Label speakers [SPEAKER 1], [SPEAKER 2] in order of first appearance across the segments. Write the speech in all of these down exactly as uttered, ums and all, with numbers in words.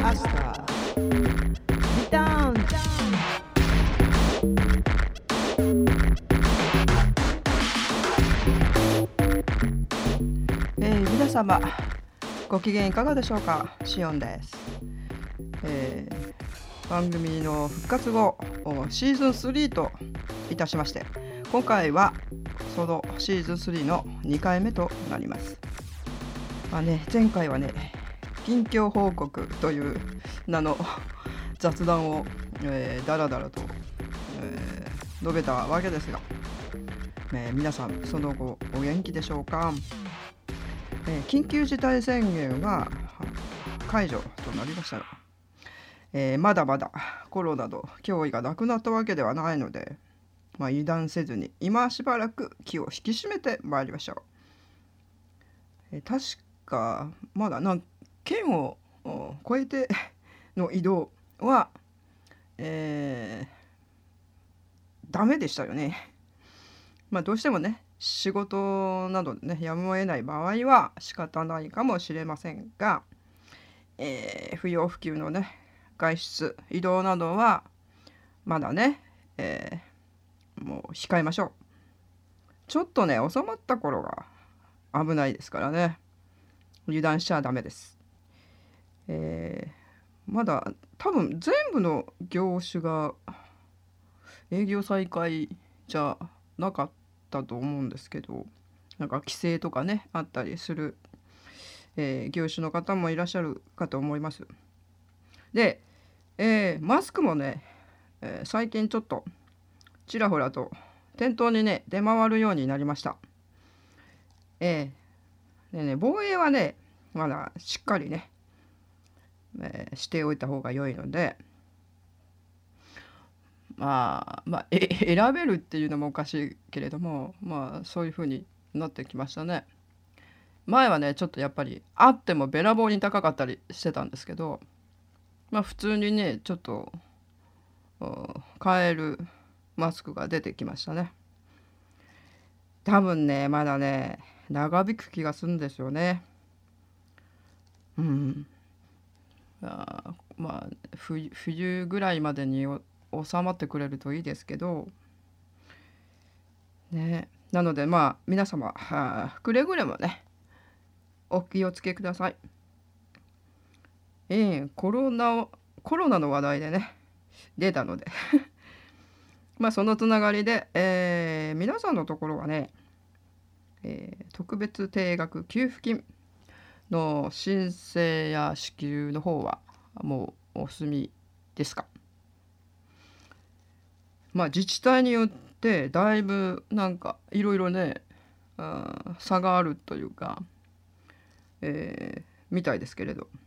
[SPEAKER 1] アスターリターン。えー、皆様ご機嫌いかがでしょうか。シオンです。えー、番組の復活後シーズンスリーといたしまして、今回はそのシーズンスリーのにかいめとなります。まあね、前回はね近況報告という名の雑談を、えー、だらだらと、えー、述べたわけですが、えー、皆さんその後お元気でしょうか。えー、緊急事態宣言は解除となりましたが、えー、まだまだコロナの脅威がなくなったわけではないので、まあ、油断せずに今しばらく気を引き締めてまいりましょう。えー、確かまだなん県を越えての移動は、えー、ダメでしたよね。まあどうしてもね仕事などでねやむを得ない場合は仕方ないかもしれませんが、えー、不要不急のね外出移動などはまだね、えー、もう控えましょう。ちょっとね収まった頃が危ないですからね、油断しちゃダメです。えー、まだ多分全部の業種が営業再開じゃなかったと思うんですけど、なんか規制とかねあったりする、えー、業種の方もいらっしゃるかと思います。で、えー、マスクもね、えー、最近ちょっとちらほらと店頭にね出回るようになりました。えー、でね防衛はねまだしっかりね、えー、しておいた方が良いので、まあ、まあ、え選べるっていうのもおかしいけれども、まあそういう風になってきましたね。前はねちょっとやっぱりあってもべらぼうに高かったりしてたんですけど、まあ普通にねちょっと買えるマスクが出てきましたね。多分ねまだね長引く気がするんですよね。うん。あまあ冬、冬ぐらいまでに収まってくれるといいですけどね。なのでまあ皆様はくれぐれもねお気をつけください。えー、コロナコロナの話題でね出たのでまあそのつながりで、えー、皆さんのところはね、えー、特別定額給付金の申請や支給の方はもうお済みですか。まあ自治体によってだいぶなんかいろいろねあ差があるというか、えー、みたいですけれど、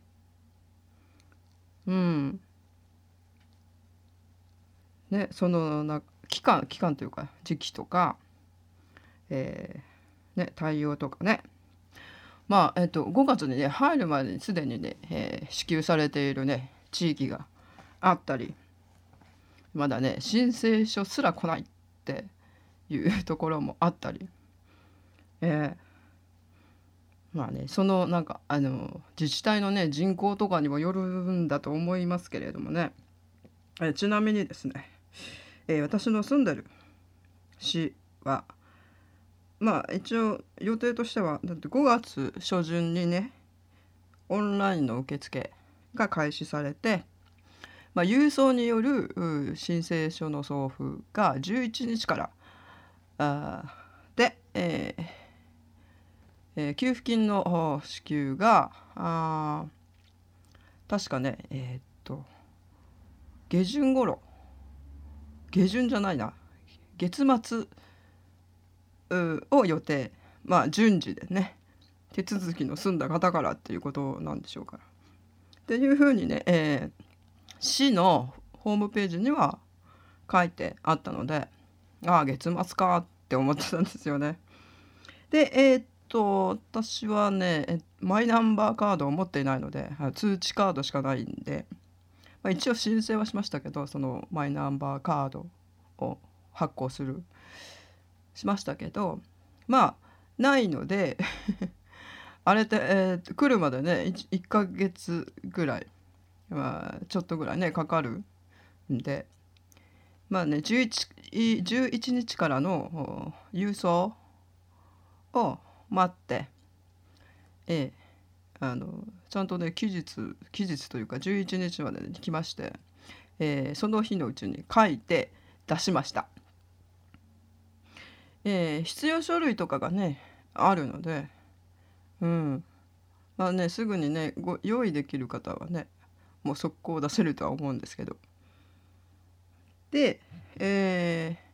[SPEAKER 1] うんね、そのな期間期間というか時期とか、えーね、対応とかね、まあえっとごがつにね入るまでにすでにね、えー支給されているね地域があったり、まだね申請書すら来ないっていうところもあったり、えーまあねそのなんかあの自治体のね人口とかにもよるんだと思いますけれどもね、えーちなみにですね、えー私の住んでる市はまあ一応予定としてはだってごがつ初旬にねオンラインの受付が開始されて、まあ、郵送によるう申請書の送付がじゅういちにちからあーで、えーえー給付金の支給があ確かねえーっと下旬頃下旬じゃないな月末うを予定、まあ順次でね手続きの済んだ方からっていうことなんでしょうからっていうふうにね、えー市のホームページには書いてあったので、ああ月末かって思ってたんですよね。でえーっと私はねえマイナンバーカードを持っていないのであ通知カードしかないんで、まあ、一応申請はしましたけどそのマイナンバーカードを発行するしましたけどまあないのであれって、えー来るまでね 1, いっかげつぐらい、 まあ、ちょっとぐらいねかかるんで、まあねじゅういち、じゅういちにちからの郵送を待って、ええ、あのちゃんとね期日期日というかじゅういちにちまでに来まして、えーその日のうちに書いて出しました。えー必要書類とかがねあるので、うんまあねすぐにねご用意できる方はねもう速攻出せるとは思うんですけど、で、えー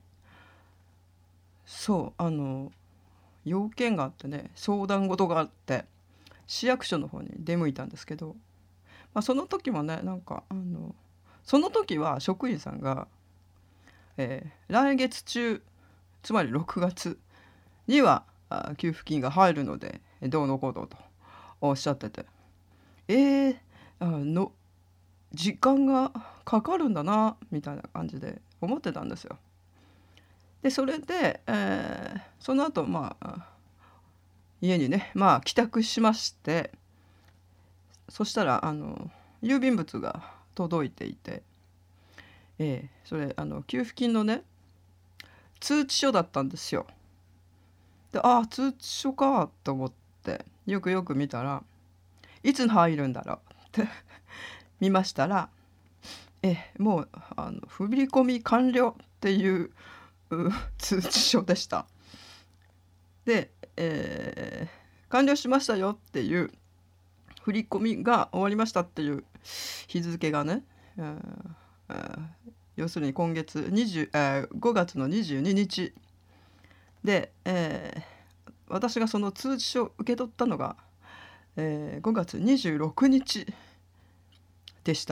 [SPEAKER 1] そうあの要件があってね相談事があって市役所の方に出向いたんですけど、まあ、その時もねなんかあのその時は職員さんが、えー来月中つまりろくがつにはあ給付金が入るのでどうのこうのとおっしゃってて、えー、あの時間がかかるんだなみたいな感じで思ってたんですよ。でそれで、えーその後まあ家にねまあ帰宅しまして、そしたらあの郵便物が届いていて、えーそれあの給付金のね通知書だったんですよ。でああ通知書かと思ってよくよく見たらいつ入るんだろうって見ましたら、えもうあの振り込み完了っていうう通知書でした。で、えー完了しましたよっていう振り込みが終わりましたっていう日付がね、えーえー要するに今月にじゅう、えーごがつのにじゅうににちで、えー私がその通知書を受け取ったのが、えーごがつにじゅうろくにちでした。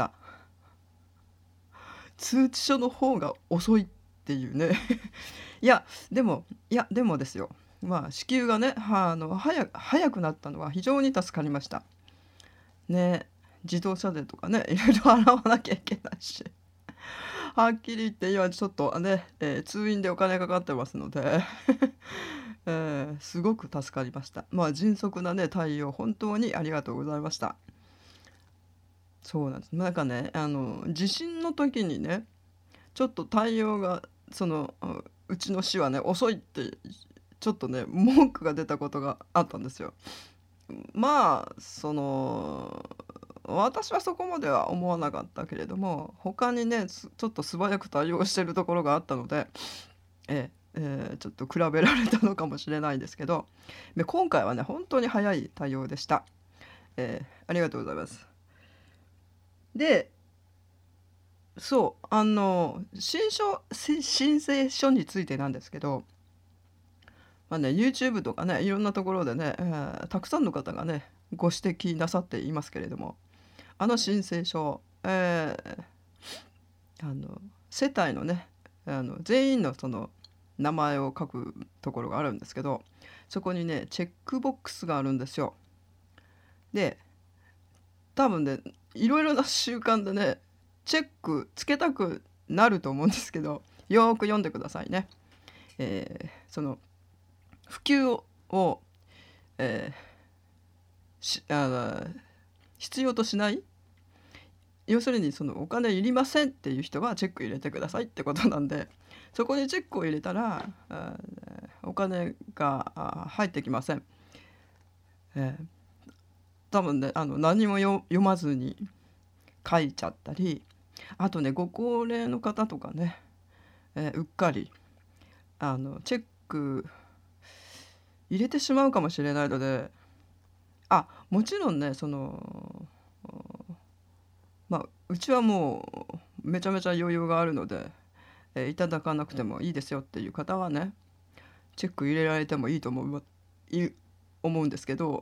[SPEAKER 1] 通知書の方が遅いっていうねいやでもいやでもですよ、まあ支給がねはあの早く早くなったのは非常に助かりましたね。自動車税とかねいろいろ払わなきゃいけないしはっきり言って今ちょっとね、えー通院でお金かかってますのでえーすごく助かりました。まあ迅速なね対応本当にありがとうございました。そうなんです。なんかねあの地震の時にねちょっと対応がそのあうちの市はね遅いってちょっとね文句が出たことがあったんですよ。まあその私はそこまでは思わなかったけれども他にねすちょっと素早く対応してるところがあったので、えええーちょっと比べられたのかもしれないんですけど、で今回はね本当に早い対応でした。えーありがとうございます。でそうあの申書申申請書についてなんですけど、まあね、YouTube とかねいろんなところでね、えーたくさんの方がねご指摘なさっていますけれども、あの申請書、えーあの世帯のねあの全員のその名前を書くところがあるんですけど、そこにねチェックボックスがあるんですよ。で多分ねいろいろな習慣でねチェックつけたくなると思うんですけど、よーく読んでくださいね。えーその普及を、えーしあの必要としない、要するにそのお金いりませんっていう人はチェック入れてくださいってことなんで、そこにチェックを入れたらあお金があ入ってきません。えー多分ねあの何もよ読まずに書いちゃったり、あとねご高齢の方とかね、えーうっかりあのチェック入れてしまうかもしれないので、あもちろんねそのまあうちはもうめちゃめちゃ余裕があるので、えーいただかなくてもいいですよっていう方はねチェック入れられてもいいと思うい思うんですけど、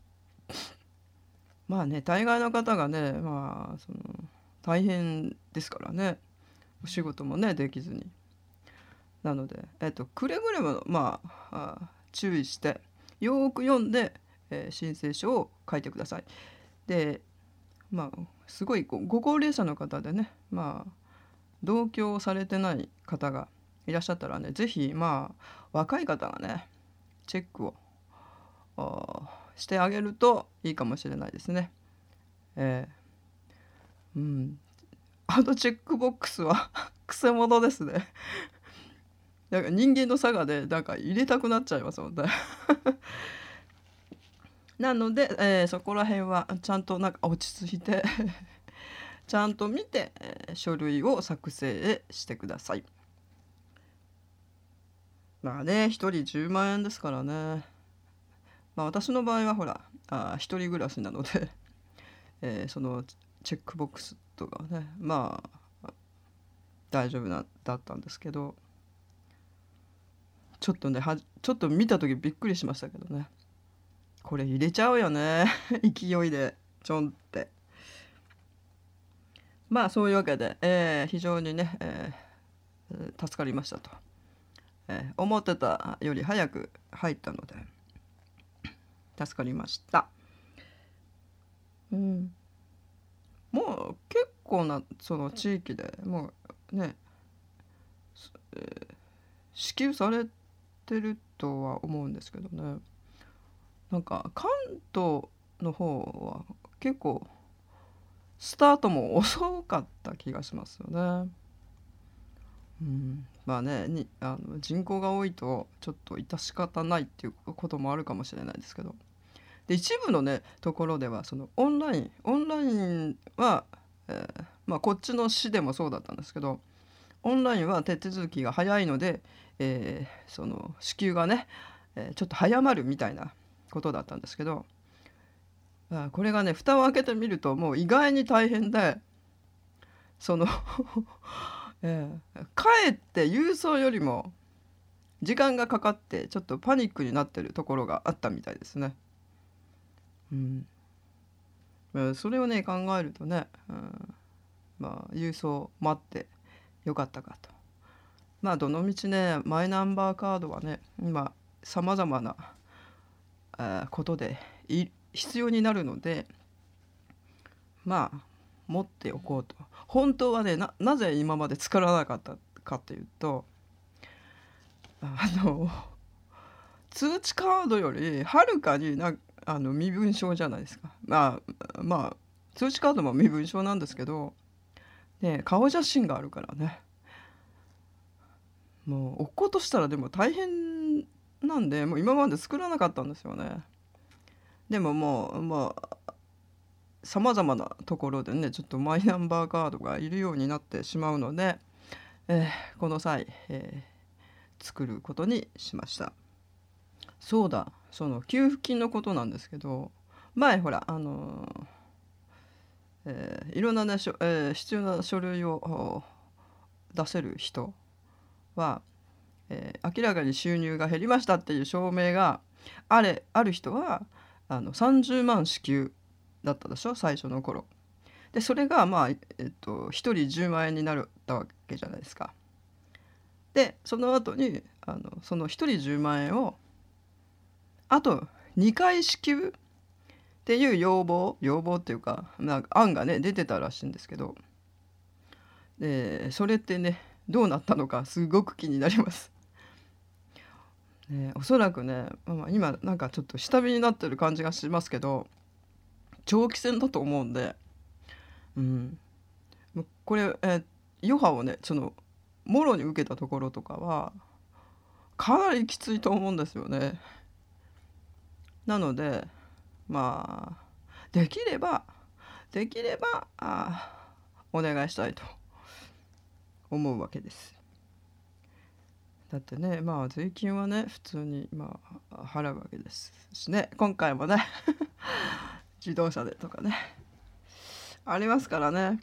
[SPEAKER 1] まあね大概の方がねまあその大変ですからね、お仕事もねできずに、なので、えっと、くれぐれもまああ注意してよーく読んで、えー申請書を書いてください。でまあすごいごご高齢者の方でねまあ同居されてない方がいらっしゃったらね是非まあ若い方がねチェックをあーしてあげるといいかもしれないですね。えーうん、あのチェックボックスはくせ者ですね。なんか人間の差がでなんか入れたくなっちゃいますもんね。なので、えーそこら辺はちゃんとなんか落ち着いてちゃんと見て、えー書類を作成してください。まあね、一人じゅうまん円ですからね。まあ私の場合はほら、あ一人暮らしなので、えーそのチェックボックスとかね、まあ大丈夫なだったんですけど、ちょっとねはちょっと見た時びっくりしましたけどね。これ入れちゃうよね勢いでちょんって。まあそういうわけで、えー非常にね、えー助かりましたと、えー思ってたより早く入ったので助かりました。うん、もう結構なその地域でもうね、えー支給されてるとは思うんですけどね。なんか関東の方は結構スタートも遅かった気がしますよね。うん、まあねにあの人口が多いとちょっと致し方ないっていうこともあるかもしれないですけど、で一部のねところではそのオンラインオンラインは、えーまあ、こっちの市でもそうだったんですけど、オンラインは手続きが早いので、えーその支給がね、えーちょっと早まるみたいなことだったんですけど、あこれがね蓋を開けてみるともう意外に大変で、そのえーかえって郵送よりも時間がかかってちょっとパニックになってるところがあったみたいですね。うんえーそれをね考えるとね、うん、まあ郵送待ってよかったかと。まあどのみちねマイナンバーカードはね今さまざまな、えーことでい必要になるので、まあ持っておこうと。本当はね な, なぜ今まで作らなかったかというと、あの通知カードよりはるかになあの身分証じゃないですか。まあまあ通知カードも身分証なんですけど、ね、顔写真があるからね、もう落っことしたらでも大変なんで、もう今まで作らなかったんですよね。でももうまあさまざまなところでねちょっとマイナンバーカードがいるようになってしまうので、えーこの際、えー作ることにしました。そうだ、その給付金のことなんですけど、前ほらあのーえーいろんなね、しょえー必要な書類を出せる人は、えー明らかに収入が減りましたっていう証明があれある人はあのさんじゅうまん支給だったでしょ最初の頃で、それがまあ、えっと、ひとりじゅうまん円になったわけじゃないですか。でその後にあのそのひとりじゅうまん円をあとにかい支給っていう要望要望っていうか、なんか案がね出てたらしいんですけど、でそれってねどうなったのかすごく気になります。ね、おそらくね、まあ、今なんかちょっと下火になってる感じがしますけど長期戦だと思うんで、うん、もうこれ、えー余波をねそのもろに受けたところとかはかなりきついと思うんですよね。なのでまあできればできればあお願いしたいと思うわけです。だってねまあ税金はね普通にまあ払うわけですしね、今回もね自動車でとかねありますからね。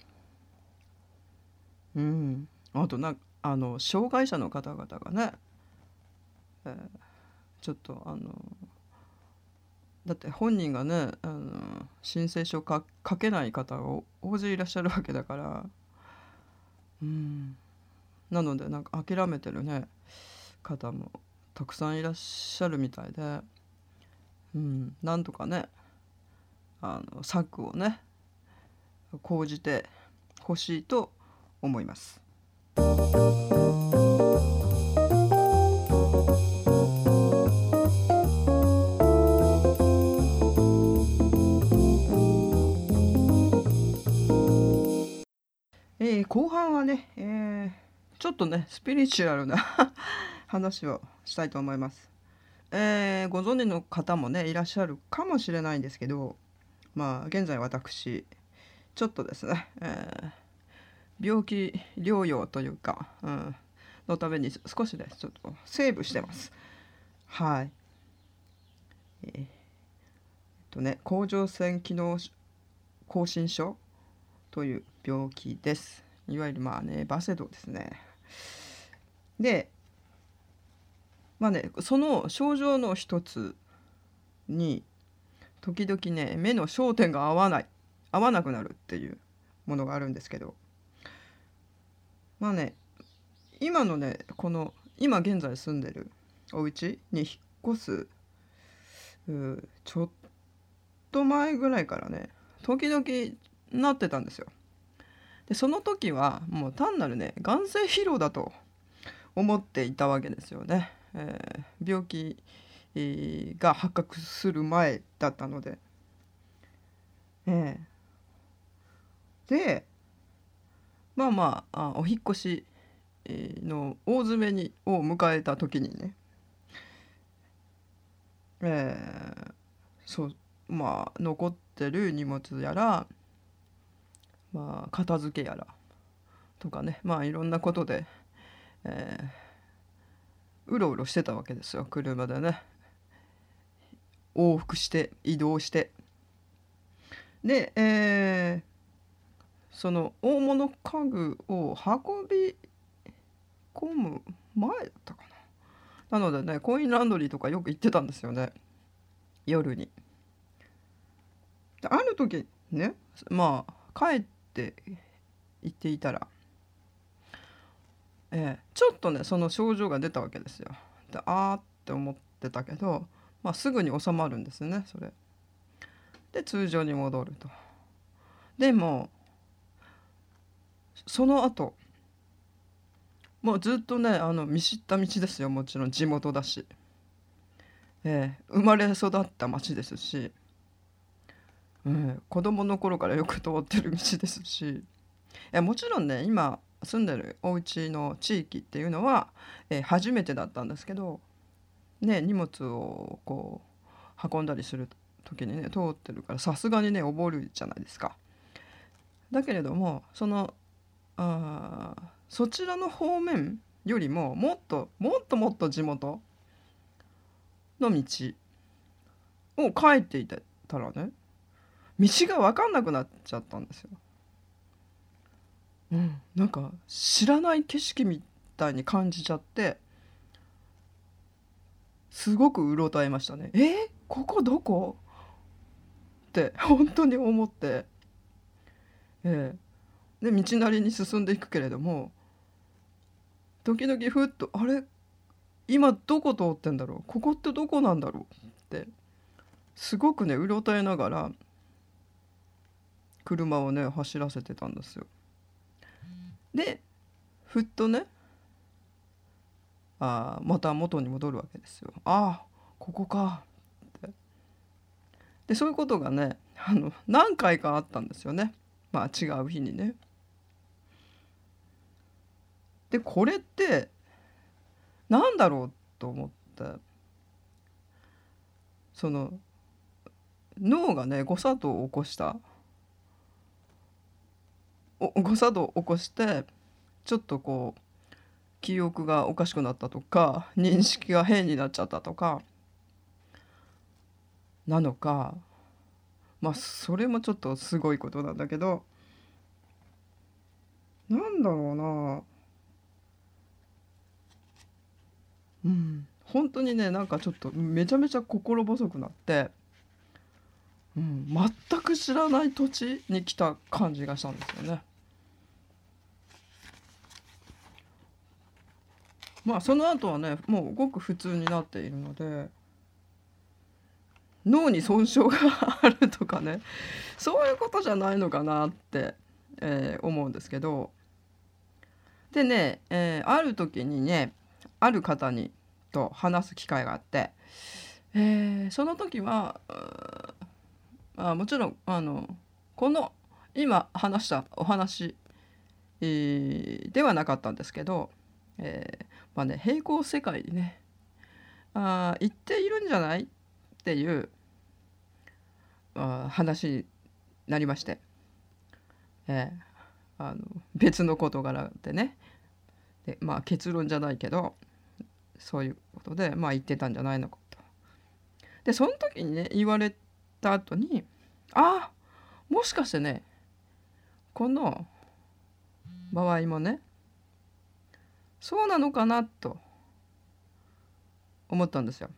[SPEAKER 1] うん、あとなんかあの障害者の方々がね、えーちょっとあのだって本人がねあの申請書か書けない方が大勢いらっしゃるわけだから、うん、なのでなんか諦めてるね方もたくさんいらっしゃるみたいで、うん、なんとかねあの策をね講じてほしいと思います。 後半はね、えーちょっとねスピリチュアルな話をしたいと思います。えーご存知の方もねいらっしゃるかもしれないんですけど、まあ現在私ちょっとですね、えー病気療養というか、うん、のために少しねちょっとセーブしてます。はい。えーえっとね甲状腺機能亢進症という病気です。いわゆるまあねバセドウですね。でまあねその症状の一つに時々ね目の焦点が合わない合わなくなるっていうものがあるんですけど、まあね今のねこの今現在住んでるお家に引っ越すうちょっと前ぐらいからね時々なってたんですよ。でその時はもう単なるね眼性疲労だと思っていたわけですよね。えー病気えーが発覚する前だったので、えーでまあまあ、あお引っ越しえーの大詰めにを迎えた時にね、えーそうまあ残ってる荷物やら、まあ、片付けやらとかね、まあいろんなことで、えーうろうろしてたわけですよ。車でね往復して移動してで、えーその大物家具を運び込む前だったかな。なのでねコインランドリーとかよく行ってたんですよね、夜に。である時ねまあ帰って行っていたら、えーちょっとねその症状が出たわけですよ。であーって思ってたけど、まあ、すぐに収まるんですねそれで通常に戻ると。でもその後もうずっとねあの見知った道ですよ。もちろん地元だし、えー生まれ育った町ですし、うん、子供の頃からよく通ってる道ですし、いやもちろんね今住んでるお家の地域っていうのは、えー初めてだったんですけど、ね、荷物をこう運んだりする時にね通ってるからさすがにね覚えるじゃないですか。だけれどもそのあーそちらの方面よりももっともっともっと地元の道を帰っていてたらね道が分かんなくなっちゃったんですよ。うん、なんか知らない景色みたいに感じちゃってすごくうろたえましたね。えー、ここどこって本当に思って、えー、で道なりに進んでいくけれども時々ふっとあれ今どこ通ってんだろうここってどこなんだろうってすごくねうろたえながら車をね走らせてたんですよ。でふっとねあまた元に戻るわけですよ。ああここかって。でそういうことがねあの何回かあったんですよね。まあ違う日にね。でこれってなんだろうと思ってその脳がね誤作動を起こしたお誤作動を起こしてちょっとこう記憶がおかしくなったとか認識が変になっちゃったとかなのか、まあそれもちょっとすごいことなんだけどなんだろうな。うん本当にねなんかちょっとめちゃめちゃ心細くなって、うん、全く知らない土地に来た感じがしたんですよね。まあその後はねもうごく普通になっているので脳に損傷があるとかねそういうことじゃないのかなって、えー思うんですけど。でね、えーある時にねある方にと話す機会があって、えーその時はうーあもちろんあのこの今話したお話えーではなかったんですけど、えーまあね、平行世界にねあー行っているんじゃないっていうあー話になりまして、えーあの別の事柄でねで、まあ、結論じゃないけどそういうことで、まあ、言ってたんじゃないのかと。でその時にね言われた後にあもしかしてねこの場合もねそうなのかなと思ったんですよ。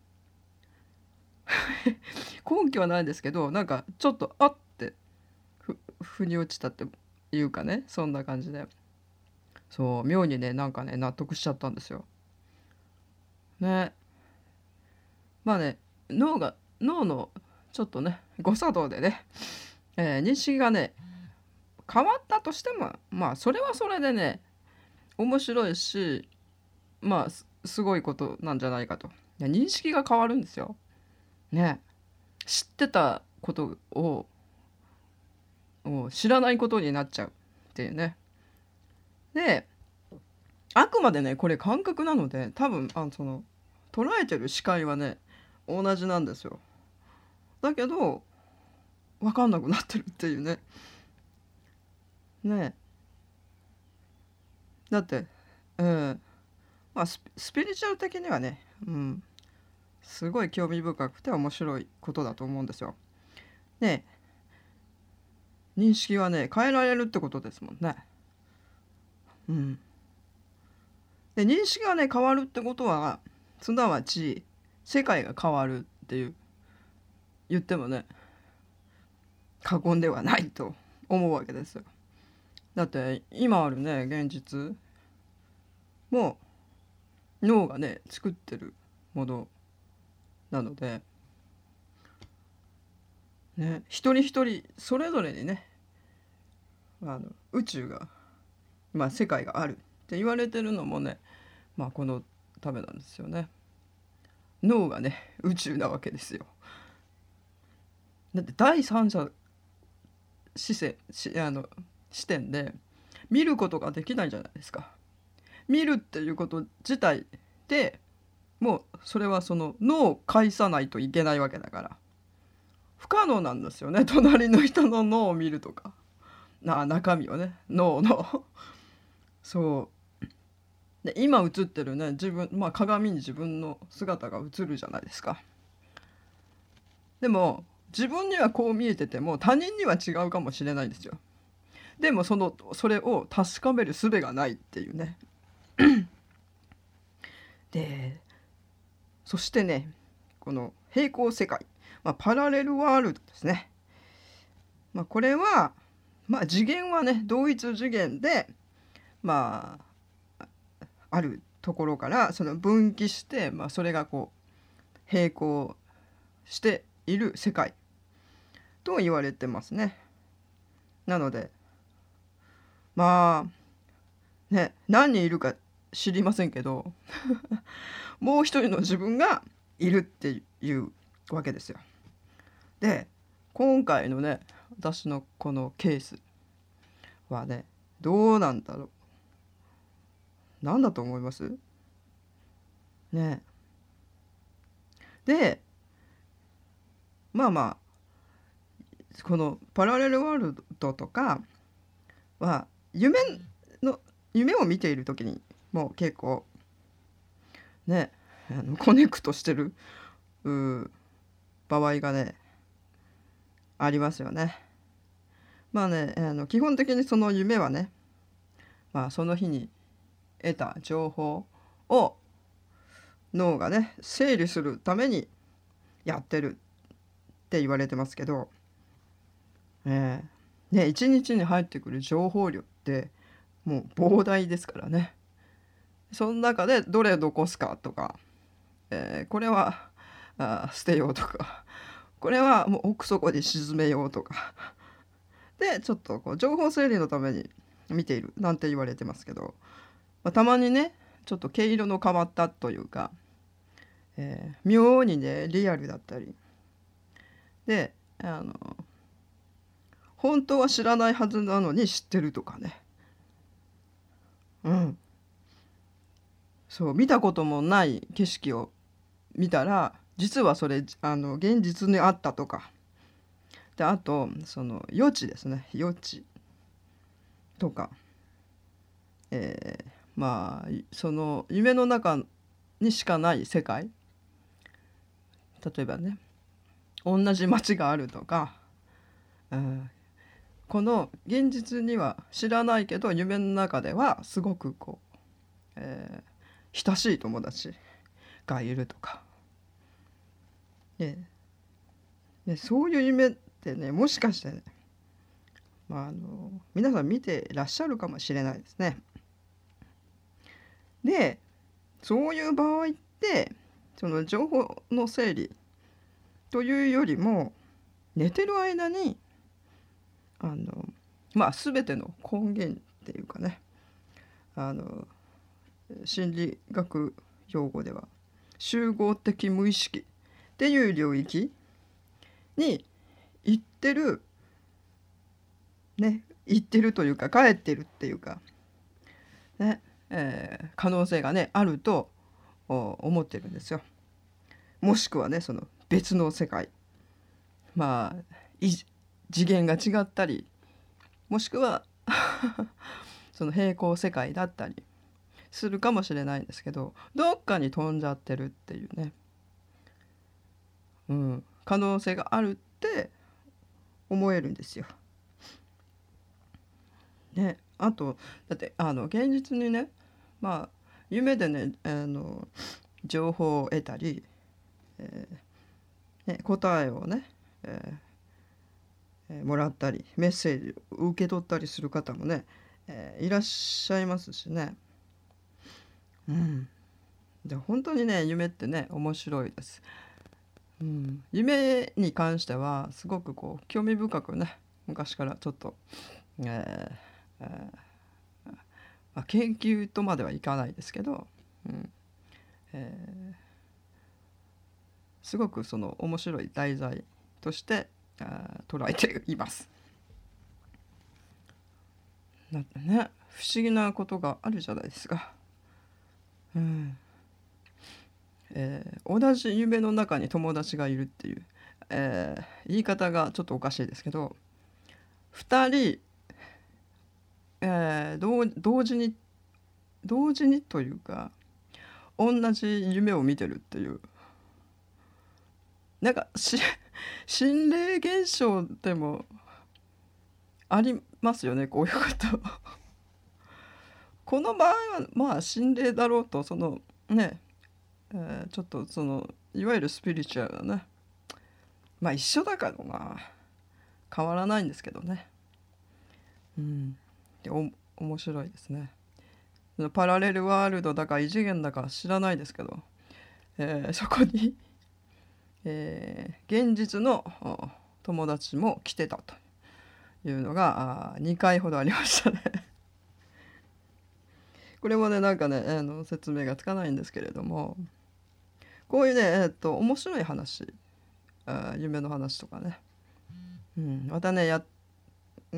[SPEAKER 1] 根拠はないですけどなんかちょっとあってふ腑に落ちたっていうかねそんな感じでそう妙にねなんかね納得しちゃったんですよ。ねまあね脳が脳のちょっとね誤作動でね、えー認識がね変わったとしてもまあそれはそれでね面白いしまあすすごいことなんじゃないかと。いや認識が変わるんですよ。ね知ってたことをを知らないことになっちゃうっていうね。であくまでねこれ感覚なので多分あのその捉えてる視界はね同じなんですよ。だけど分かんなくなってるっていうね。ねだってうんまあスピ、スピリチュアル的にはね、うん、すごい興味深くて面白いことだと思うんですよ。ね認識はね変えられるってことですもんね。うん、で認識がね変わるってことはすなわち世界が変わるっていう言ってもね過言ではないと思うわけですよ。だって今あるね現実も脳がね作ってるものなので、ね、一人一人それぞれにねあの宇宙が、まあ、世界があるって言われてるのもね、まあ、このためなんですよね。脳がね宇宙なわけですよ。だって第三者視線しあの視点で見ることができないじゃないですか。見るっていうこと自体でもうそれはその脳を介さないといけないわけだから不可能なんですよね。隣の人の脳を見るとかな中身をね脳のそうで今映ってるね自分、まあ、鏡に自分の姿が映るじゃないですか。でも自分にはこう見えてても他人には違うかもしれないんですよ。でもそのそれを確かめる術がないっていうね。でそしてねこの平行世界、まあ、パラレルワールドですね。まあ、これは、まあ、次元はね同一次元でまああるところからその分岐して、まあ、それがこう平行している世界と言われてますね。なのでまあね何人いるか知りませんけどもう一人の自分がいるっていうわけですよ。で今回のね私のこのケースはねどうなんだろう。何だと思いますね。でまあまあこのパラレルワールドとかは夢の夢を見ている時にもう結構ねあのコネクトしてるう場合がねありますよね。まあねあの基本的にその夢はね、まあ、その日に得た情報を脳がね整理するためにやってるって言われてますけど、えーね、一日に入ってくる情報量ってもう膨大ですからね。その中でどれ残すかとか、えーこれはあ捨てようとかこれはもう奥底に沈めようとかでちょっとこう情報整理のために見ているなんて言われてますけど、まあ、たまにねちょっと毛色の変わったというか、えー妙にねリアルだったりであの本当は知らないはずなのに知ってるとかね、 うん、そう見たこともない景色を見たら実はそれあの現実にあったとかで、あとその予知ですね、予知とか、えーまあその夢の中にしかない世界、例えばね同じ街があるとか、うん、この現実には知らないけど夢の中ではすごくこう、えー親しい友達がいるとか、ででそういう夢ってね、もしかしてね、まあ、あの皆さん見てらっしゃるかもしれないですね。でそういう場合ってその情報の整理というよりも寝てる間にあのまあ全ての根源っていうかね、あの心理学用語では集合的無意識っていう領域に行ってるね、行ってるというか帰ってるっていうかね、えー可能性がねあると思ってるんですよ。もしくはねその別の世界、まあ次元が違ったり、もしくはその平行世界だったりするかもしれないんですけど、どっかに飛んじゃってるっていうね、うん、可能性があるって思えるんですよ。ね、あとだってあの現実にね、まあ夢でねあの情報を得たり、えーね、答えをね、えーもらったりメッセージを受け取ったりする方もね、えーいらっしゃいますしね。うん、で本当にね夢ってね面白いです。うん、夢に関してはすごくこう興味深くね昔からちょっと、えーえーまあ、研究とまではいかないですけど、うんえーすごくその面白い題材としてあー捉えています。だってね不思議なことがあるじゃないですか。うんえー同じ夢の中に友達がいるっていう、えー言い方がちょっとおかしいですけど、ふたり、えー同同時に同時にというか同じ夢を見てるっていう、なんかし心霊現象でもありますよね、こういうことこの場合はまあ心霊だろうと、そのね、えーちょっとそのいわゆるスピリチュアルなね、まあ一緒だからな変わらないんですけどね、うんでお面白いですね。パラレルワールドだか異次元だか知らないですけど、えーそこに、えー現実の友達も来てたというのがにかいほどありましたねこれもねなんかね、あの説明がつかないんですけれども、こういうね、えーっと面白い話、あ夢の話とかね、うん、またねや、うん、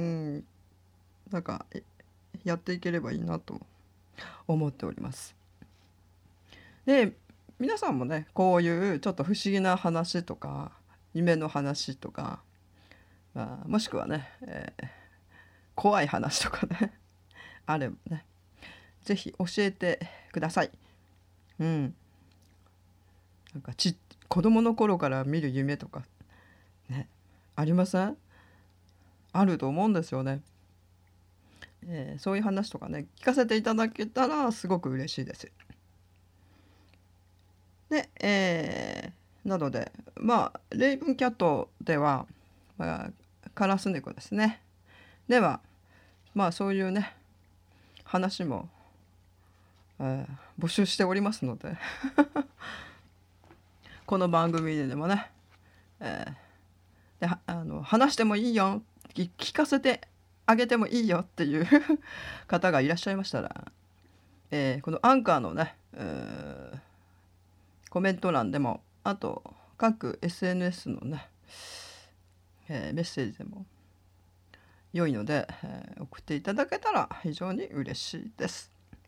[SPEAKER 1] なんかやっていければいいなと思っております。で皆さんもねこういうちょっと不思議な話とか夢の話とか、まあ、もしくはね、えー怖い話とかねあればねぜひ教えてください。うん、なんかち子供の頃から見る夢とかねありません？あると思うんですよね。えーそういう話とかね聞かせていただけたらすごく嬉しいです。で、えーなのでまあレイブンキャットでは、まあ、カラス猫ですね。ではまあそういうね話も、えー募集しておりますのでこの番組ででもね、えーであの話してもいいよ聞聞かせてあげてもいいよっていう方がいらっしゃいましたら、えーこのアンカーのね、えーコメント欄でもあと各 エスエヌエス のね、えーメッセージでも良いので、えー送っていただけたら非常に嬉しいです。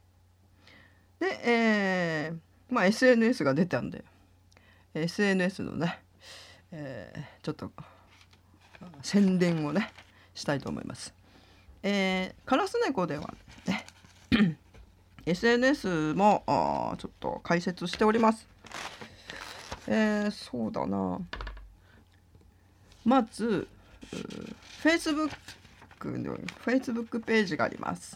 [SPEAKER 1] で、えーまあ、エスエヌエス が出たんで エスエヌエス のね、えーちょっと宣伝をねしたいと思います。えー、カラスネコではねエスエヌエス もあちょっと解説しております。えー、そうだなまず Facebook の Facebook ページがあります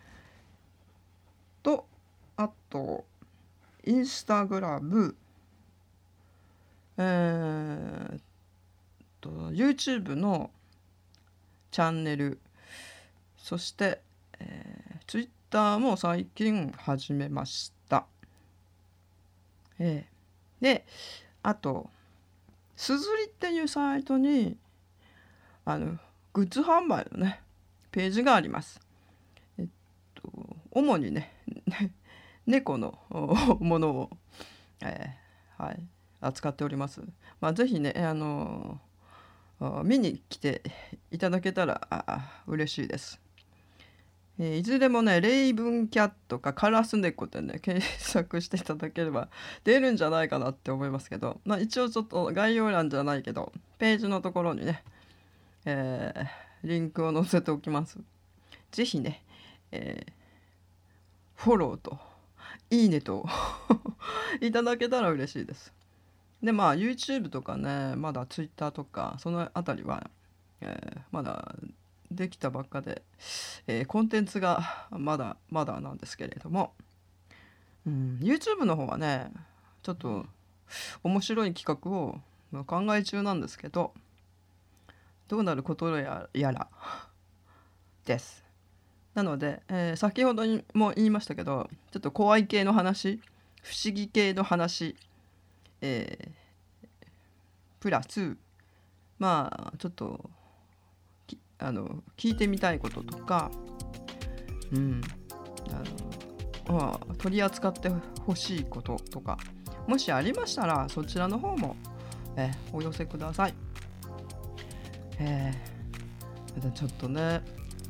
[SPEAKER 1] と、あとインスタグラム、えー、と YouTube のチャンネル、そして、えー、Twitter も最近始めました。えー、であとすずりっていうサイトにあのグッズ販売のねページがあります。えっと主にね猫のものを、えーはい、扱っております。まあ、ぜひねあの見に来ていただけたらあ嬉しいです。えー、いずれもねレイブンキャットかカラス猫でね検索していただければ出るんじゃないかなって思いますけど、まあ、一応ちょっと概要欄じゃないけどページのところにね、えー、リンクを載せておきます。ぜひね、えー、フォローといいねといただけたら嬉しいです。でまあ YouTube とかねまだ Twitter とかそのあたりは、えー、まだできたばっかで、えー、コンテンツがまだまだなんですけれども、うん、YouTube の方はねちょっと面白い企画を考え中なんですけどどうなることややらです。なので、えー、先ほども言いましたけどちょっと怖い系の話不思議系の話、えー、プラスまあちょっとあの聞いてみたいこととか、うん、あの、まあ、取り扱ってほしいこととかもしありましたらそちらの方も、えー、お寄せください。えー、またちょっとね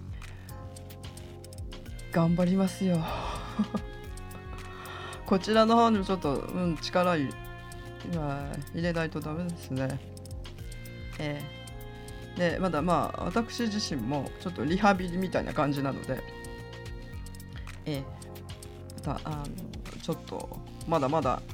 [SPEAKER 1] 頑張りますよこちらの方にちょっと、うん、力入れないとダメですね。えーでまだまあ私自身もちょっとリハビリみたいな感じなので、えー、またあのちょっとまだまだ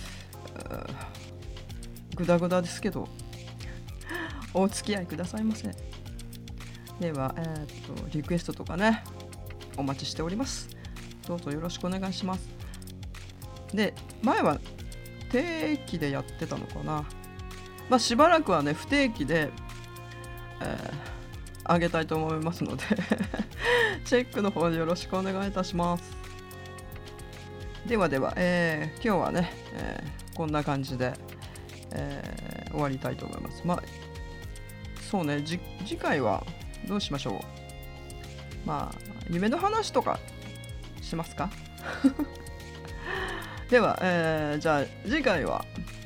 [SPEAKER 1] グダグダですけどお付き合いくださいませ。では、えー、っとリクエストとかねお待ちしております。どうぞよろしくお願いします。で前は定期でやってたのかな、まあ、しばらくはね不定期でえー、あげたいと思いますのでチェックの方よろしくお願いいたします。ではでは、えー、今日はね、えー、こんな感じで、えー、終わりたいと思います。まあそうね次回はどうしましょう。まあ夢の話とかしますかでは、えー、じゃあ次回は、うん、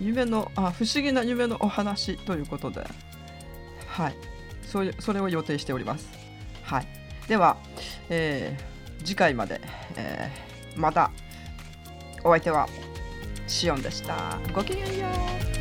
[SPEAKER 1] 夢のあ不思議な夢のお話ということではい、それ、それを予定しております。はい、では、えー、次回まで、えー、またお相手はシオンでした。ごきげんよう。